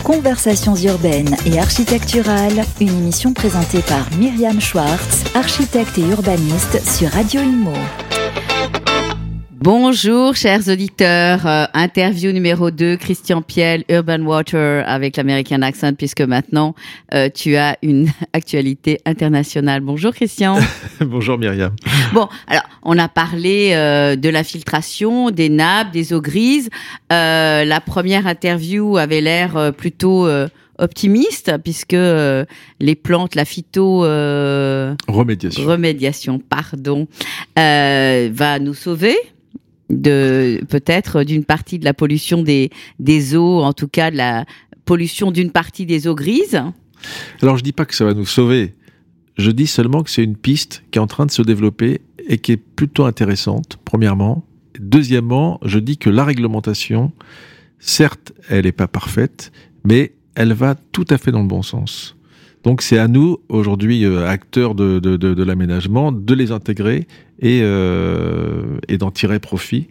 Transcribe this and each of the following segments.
Conversations urbaines et architecturales, une émission présentée par Myriam Schwartz, architecte et urbaniste sur Radio Imo. Bonjour chers auditeurs, interview numéro 2, Christian Piel, Urban Water avec l'American Accent, puisque maintenant tu as une actualité internationale. Bonjour Christian. Bonjour Myriam. Bon, alors on a parlé de la filtration, des nappes, des eaux grises. La première interview avait l'air plutôt optimiste, puisque les plantes, la remédiation, va nous sauver peut-être d'une partie de la pollution des eaux, en tout cas de la pollution d'une partie des eaux grises. Alors je dis pas que ça va nous sauver, je dis seulement que c'est une piste qui est en train de se développer et qui est plutôt intéressante, premièrement. Deuxièmement, je dis que la réglementation, certes, elle n'est pas parfaite, mais elle va tout à fait dans le bon sens. Donc c'est à nous, aujourd'hui, acteurs de l'aménagement, de les intégrer et d'en tirer profit.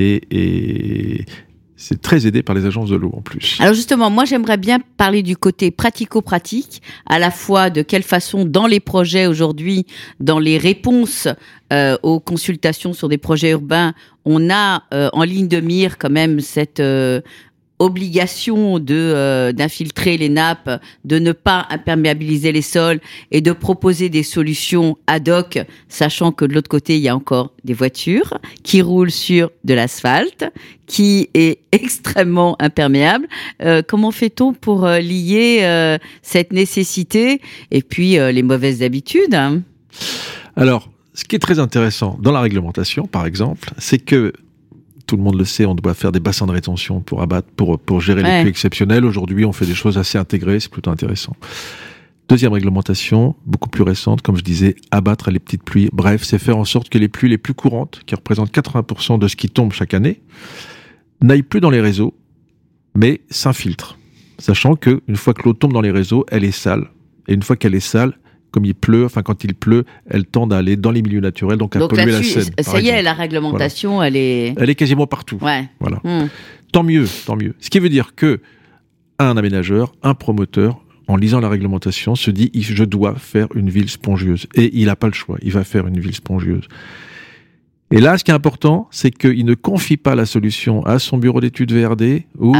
Et c'est très aidé par les agences de l'eau en plus. Alors justement, moi j'aimerais bien parler du côté pratico-pratique, à la fois de quelle façon dans les projets aujourd'hui, dans les réponses aux consultations sur des projets urbains, on a en ligne de mire quand même cette obligation d'infiltrer les nappes, de ne pas imperméabiliser les sols et de proposer des solutions ad hoc, sachant que de l'autre côté, il y a encore des voitures qui roulent sur de l'asphalte, qui est extrêmement imperméable. Comment fait-on pour lier cette nécessité et puis les mauvaises habitudes ? Alors, ce qui est très intéressant dans la réglementation, par exemple, c'est que tout le monde le sait, on doit faire des bassins de rétention pour gérer les pluies exceptionnelles. Aujourd'hui, on fait des choses assez intégrées, c'est plutôt intéressant. Deuxième réglementation, beaucoup plus récente, comme je disais, abattre les petites pluies. Bref, c'est faire en sorte que les pluies les plus courantes, qui représentent 80% de ce qui tombe chaque année, n'aillent plus dans les réseaux, mais s'infiltrent. Sachant qu'une fois que l'eau tombe dans les réseaux, elle est sale. Et une fois qu'elle est sale, comme il pleut, quand il pleut, elle tend à aller dans les milieux naturels, donc à polluer la Seine. Ça y est, la réglementation, voilà. Elle est quasiment partout. Ouais. Voilà. Tant mieux. Ce qui veut dire que un aménageur, un promoteur, en lisant la réglementation, se dit je dois faire une ville spongieuse. Et il n'a pas le choix, il va faire une ville spongieuse. Et là, ce qui est important, c'est qu'il ne confie pas la solution à son bureau d'études VRD ou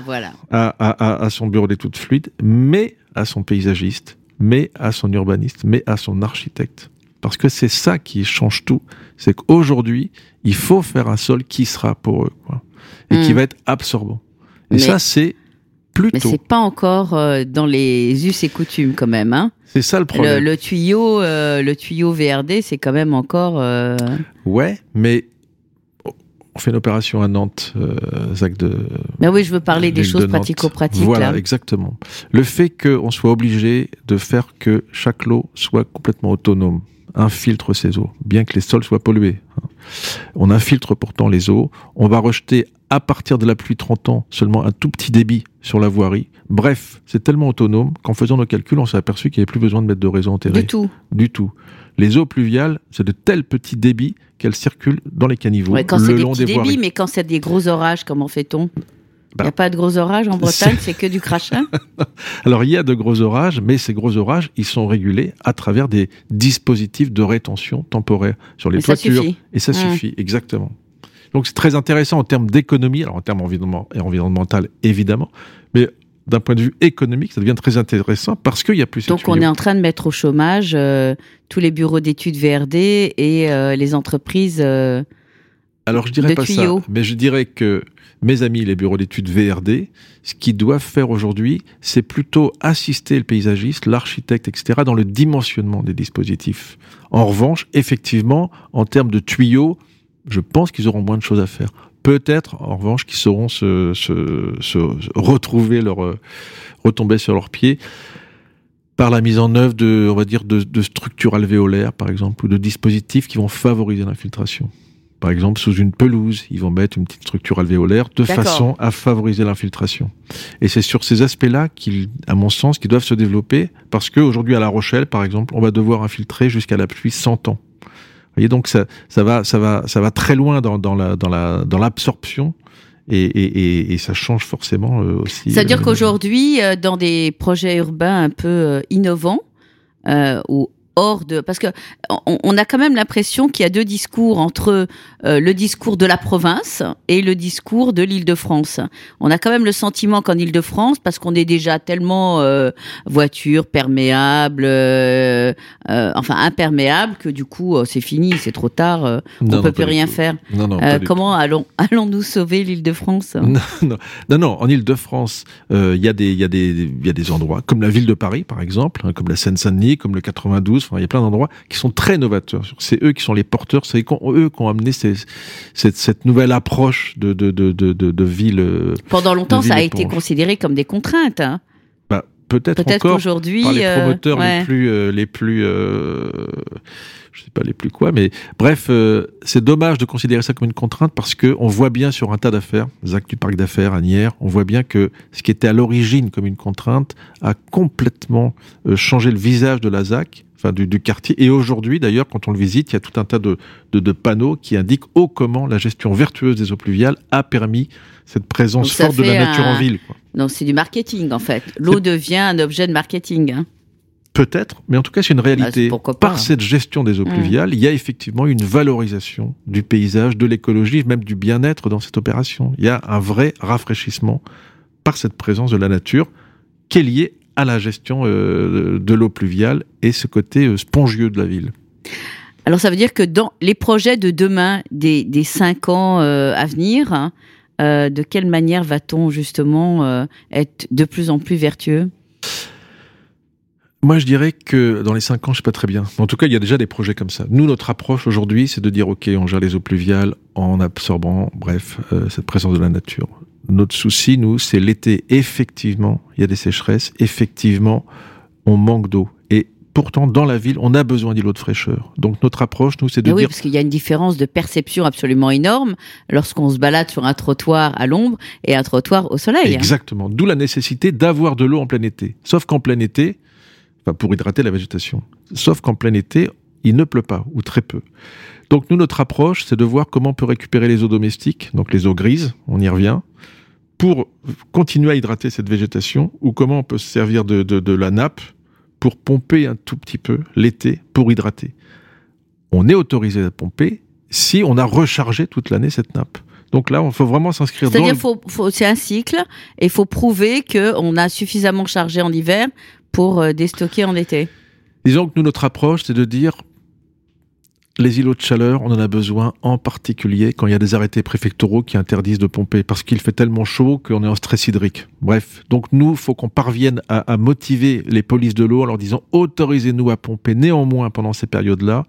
à son bureau d'études fluides, mais à son paysagiste, mais à son urbaniste, mais à son architecte. Parce que c'est ça qui change tout. C'est qu'aujourd'hui, il faut faire un sol qui sera poreux, quoi, et qui va être absorbant. Et ça, c'est plutôt... Mais c'est pas encore dans les us et coutumes, quand même. Hein. C'est ça le problème. Le tuyau VRD, c'est quand même encore... Ouais, mais... On fait une opération à Nantes, Zach de... Ben oui, je veux parler des choses pratico-pratiques. Voilà, là. Exactement. Le fait qu'on soit obligé de faire que chaque lot soit complètement autonome, infiltre ses eaux, bien que les sols soient pollués. On infiltre pourtant les eaux, on va rejeter à partir de la pluie 30 ans seulement un tout petit débit sur la voirie. Bref, c'est tellement autonome qu'en faisant nos calculs, on s'est aperçu qu'il n'y avait plus besoin de mettre de réseau enterré. Du tout. Les eaux pluviales, c'est de tels petits débits qu'elles circulent dans les caniveaux, quand le c'est long des voiries. Mais quand c'est des gros orages, comment fait-on ? Il n'y a pas de gros orages en Bretagne, c'est que du crachin ? Alors, il y a de gros orages, mais ces gros orages, ils sont régulés à travers des dispositifs de rétention temporaire sur les toitures. Et ça suffit, exactement. Donc, c'est très intéressant en termes d'économie, alors en termes environnemental, évidemment, mais d'un point de vue économique, ça devient très intéressant parce qu'il n'y a plus cette tuyau. Donc, on est en train de mettre au chômage tous les bureaux d'études VRD et les entreprises Alors, je dirais pas tuyaux. Ça, mais je dirais que mes amis, les bureaux d'études VRD, ce qu'ils doivent faire aujourd'hui, c'est plutôt assister le paysagiste, l'architecte, etc., dans le dimensionnement des dispositifs. En revanche, effectivement, en termes de tuyaux, je pense qu'ils auront moins de choses à faire. Peut-être, en revanche, qu'ils sauront se retomber sur leurs pieds par la mise en œuvre de structures alvéolaires, par exemple, ou de dispositifs qui vont favoriser l'infiltration. Par exemple, sous une pelouse, ils vont mettre une petite structure alvéolaire de façon à favoriser l'infiltration. Et c'est sur ces aspects-là à mon sens, qu'ils doivent se développer, parce qu'aujourd'hui, à La Rochelle, par exemple, on va devoir infiltrer jusqu'à la pluie 100 ans. Vous voyez, donc ça va très loin dans l'absorption Et ça change forcément aussi. Ça veut dire qu'aujourd'hui, dans des projets urbains un peu innovants, ou hors de... Parce que on a quand même l'impression qu'il y a deux discours entre le discours de la province et le discours de l'Île-de-France. On a quand même le sentiment qu'en Île-de-France, parce qu'on est déjà tellement voiture, perméable, imperméable, que du coup, c'est fini, c'est trop tard, on ne peut plus rien faire. Non, comment allons-nous sauver l'Île-de-France ? Non, en Île-de-France, il y a des endroits, comme la ville de Paris, par exemple, comme la Seine-Saint-Denis, comme le 92, il y a plein d'endroits qui sont très novateurs. C'est eux qui sont les porteurs, c'est eux qui ont amené cette nouvelle approche de ville. Pendant longtemps, ça a été considéré comme des contraintes. Hein. Peut-être encore qu'aujourd'hui, par les promoteurs les plus je sais pas les plus quoi, mais bref, c'est dommage de considérer ça comme une contrainte parce que on voit bien sur un tas d'affaires, ZAC du parc d'affaires à Nières, on voit bien que ce qui était à l'origine comme une contrainte a complètement changé le visage de la ZAC, enfin du quartier. Et aujourd'hui, d'ailleurs, quand on le visite, il y a tout un tas de panneaux qui indiquent comment la gestion vertueuse des eaux pluviales a permis cette présence forte de la nature en ville, quoi. Non, c'est du marketing en fait. L'eau devient un objet de marketing. Hein. Peut-être, mais en tout cas c'est une réalité. Par cette gestion des eaux pluviales, il y a effectivement une valorisation du paysage, de l'écologie, même du bien-être dans cette opération. Il y a un vrai rafraîchissement par cette présence de la nature qui est liée à la gestion de l'eau pluviale et ce côté spongieux de la ville. Alors ça veut dire que dans les projets de demain, des 5 ans à venir, hein, de quelle manière va-t-on justement être de plus en plus vertueux ? Moi, je dirais que dans les 5 ans, je sais pas très bien. En tout cas, il y a déjà des projets comme ça. Nous, notre approche aujourd'hui, c'est de dire, OK, on gère les eaux pluviales en absorbant, cette présence de la nature. Notre souci, nous, c'est l'été. Effectivement, il y a des sécheresses. Effectivement, on manque d'eau. Et pourtant, dans la ville, on a besoin d'îlots de fraîcheur. Donc, notre approche, nous, c'est de dire... Oui, parce qu'il y a une différence de perception absolument énorme lorsqu'on se balade sur un trottoir à l'ombre et un trottoir au soleil. Exactement. D'où la nécessité d'avoir de l'eau en plein été. Sauf qu'en plein été, pour hydrater la végétation. Sauf qu'en plein été, il ne pleut pas, ou très peu. Donc nous, notre approche, c'est de voir comment on peut récupérer les eaux domestiques, donc les eaux grises, on y revient, pour continuer à hydrater cette végétation, ou comment on peut se servir de la nappe pour pomper un tout petit peu l'été pour hydrater. On est autorisé à pomper si on a rechargé toute l'année cette nappe. Donc là, il faut vraiment s'inscrire C'est-à-dire c'est un cycle, et il faut prouver qu'on a suffisamment chargé en hiver pour déstocker en été. Disons que nous, notre approche, c'est de dire les îlots de chaleur, on en a besoin en particulier quand il y a des arrêtés préfectoraux qui interdisent de pomper parce qu'il fait tellement chaud qu'on est en stress hydrique. Bref, donc nous, il faut qu'on parvienne à motiver les polices de l'eau en leur disant autorisez-nous à pomper néanmoins pendant ces périodes-là.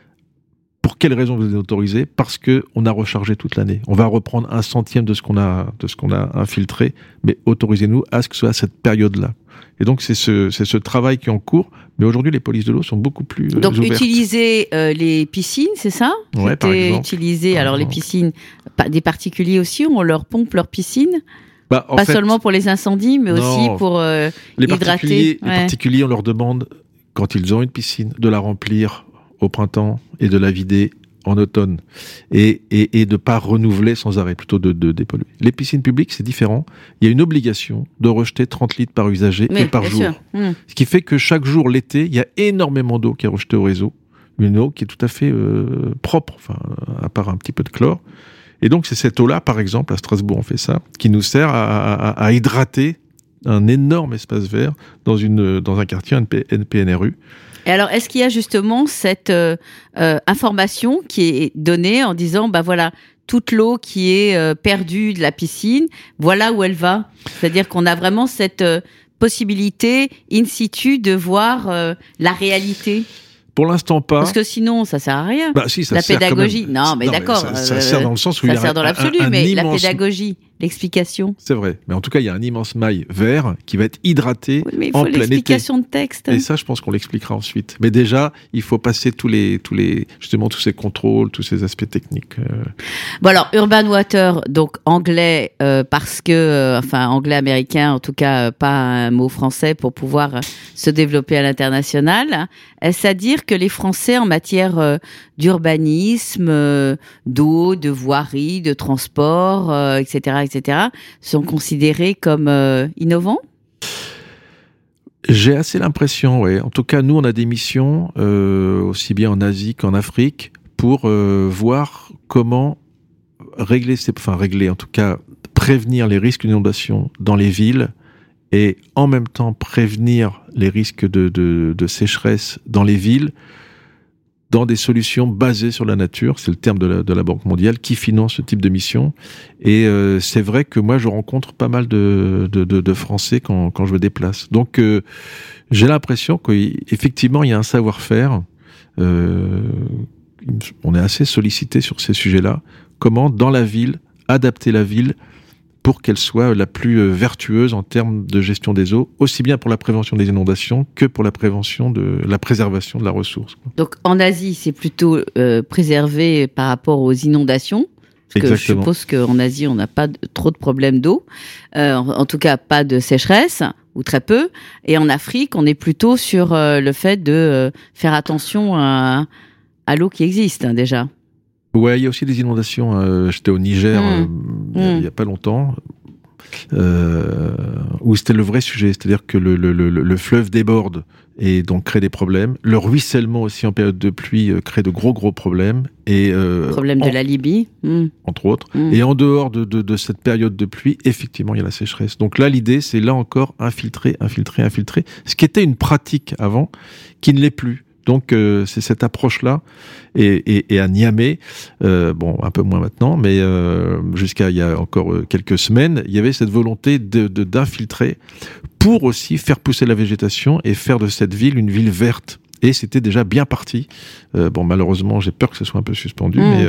Pour quelle raison vous êtes autorisé ? Parce que on a rechargé toute l'année. On va reprendre 1/100 de ce qu'on a infiltré, mais autorisez-nous à ce que ce soit à cette période-là. Et donc c'est ce travail qui est en cours. Mais aujourd'hui, les polices de l'eau sont beaucoup plus donc ouvertes. utiliser les piscines, c'est ça ? Ouais, par exemple. Utiliser les piscines, des particuliers aussi, on leur pompe leurs piscines. Pas fait, seulement pour les incendies, mais aussi pour hydrater. Les particuliers, on leur demande quand ils ont une piscine de la remplir au printemps et de la vider en automne et de pas renouveler sans arrêt, plutôt de dépolluer. Les piscines publiques, c'est différent. Il y a une obligation de rejeter 30 litres par usager et par jour. Ce qui fait que chaque jour, l'été, il y a énormément d'eau qui est rejetée au réseau. Une eau qui est tout à fait propre, à part un petit peu de chlore. Et donc, c'est cette eau-là, par exemple, à Strasbourg, on fait ça, qui nous sert à hydrater un énorme espace vert dans un quartier NPNRU. Et alors, est-ce qu'il y a justement cette information qui est donnée en disant, toute l'eau qui est perdue de la piscine, voilà où elle va ? C'est-à-dire qu'on a vraiment cette possibilité in situ de voir la réalité. Pour l'instant, pas. Parce que sinon, ça sert à rien. Si, ça la sert pédagogie. Quand même. Non, mais d'accord. Ça sert dans le sens où ça il y a sert dans l'absolu, mais la pédagogie, l'explication. C'est vrai. Mais en tout cas, il y a un immense mail vert qui va être hydraté mais il en faut plein été. L'explication de texte. Et ça, je pense qu'on l'expliquera ensuite. Mais déjà, il faut passer justement tous ces contrôles, tous ces aspects techniques. Bon alors, Urban Water, donc anglais, parce que, anglais américain, en tout cas, pas un mot français pour pouvoir se développer à l'international. Est-ce à dire que les Français, en matière d'urbanisme, d'eau, de voirie, de transport, etc., sont considérés comme innovants ? J'ai assez l'impression, oui. En tout cas, nous, on a des missions, aussi bien en Asie qu'en Afrique, pour voir comment régler, en tout cas, prévenir les risques d'inondation dans les villes et en même temps prévenir les risques de sécheresse dans les villes dans des solutions basées sur la nature. C'est le terme de la Banque mondiale qui finance ce type de mission. Et c'est vrai que moi, je rencontre pas mal de Français quand je me déplace. Donc, j'ai l'impression qu'effectivement, il y a un savoir-faire. On est assez sollicité sur ces sujets-là. Comment, dans la ville, adapter la ville pour qu'elle soit la plus vertueuse en termes de gestion des eaux, aussi bien pour la prévention des inondations que pour la prévention de la préservation de la ressource. Donc en Asie, c'est plutôt préservé par rapport aux inondations. Parce que je suppose qu'en Asie, on n'a pas trop de problèmes d'eau. En tout cas, pas de sécheresse, ou très peu. Et en Afrique, on est plutôt sur le fait de faire attention à l'eau qui existe, déjà. Ouais, il y a aussi des inondations. J'étais au Niger il y a pas longtemps, où c'était le vrai sujet, c'est-à-dire que le fleuve déborde et donc crée des problèmes. Le ruissellement aussi en période de pluie crée de gros problèmes. Problème de la Libye, entre autres. Et en dehors de cette période de pluie, effectivement, il y a la sécheresse. Donc là, l'idée, c'est là encore infiltrer. Ce qui était une pratique avant, qui ne l'est plus. Donc c'est cette approche-là, et à Niamey, un peu moins maintenant, mais jusqu'à il y a encore quelques semaines, il y avait cette volonté d'infiltrer pour aussi faire pousser la végétation et faire de cette ville une ville verte. Et c'était déjà bien parti. Malheureusement, j'ai peur que ce soit un peu suspendu, mais...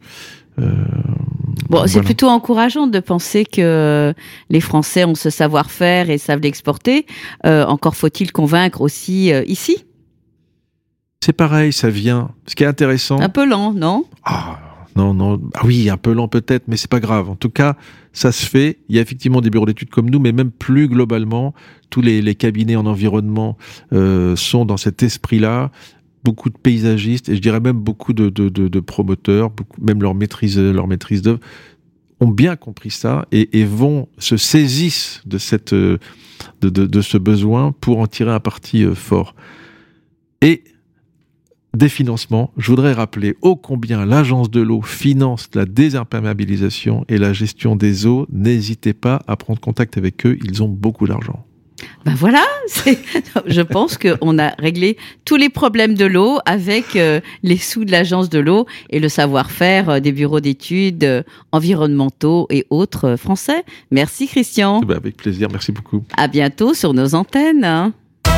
c'est plutôt encourageant de penser que les Français ont ce savoir-faire et savent l'exporter. Encore faut-il convaincre aussi ici. C'est pareil, ça vient. Ce qui est intéressant... Un peu lent, non ? Non. Ah oui, un peu lent peut-être, mais c'est pas grave. En tout cas, ça se fait. Il y a effectivement des bureaux d'études comme nous, mais même plus globalement, tous les cabinets en environnement sont dans cet esprit-là. Beaucoup de paysagistes, et je dirais même beaucoup de promoteurs, même leur maîtrise d'œuvre, ont bien compris ça et se saisissent de ce besoin pour en tirer un parti fort. Et des financements, je voudrais rappeler ô combien l'Agence de l'eau finance la désimperméabilisation et la gestion des eaux. N'hésitez pas à prendre contact avec eux, ils ont beaucoup d'argent. Voilà, je pense qu'on a réglé tous les problèmes de l'eau avec les sous de l'Agence de l'eau et le savoir-faire des bureaux d'études environnementaux et autres français. Merci Christian. Avec plaisir, merci beaucoup. À bientôt sur nos antennes.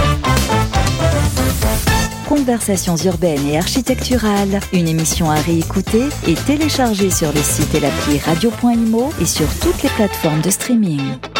Conversations urbaines et architecturales, une émission à réécouter et télécharger sur le site et l'appli radio.imo et sur toutes les plateformes de streaming.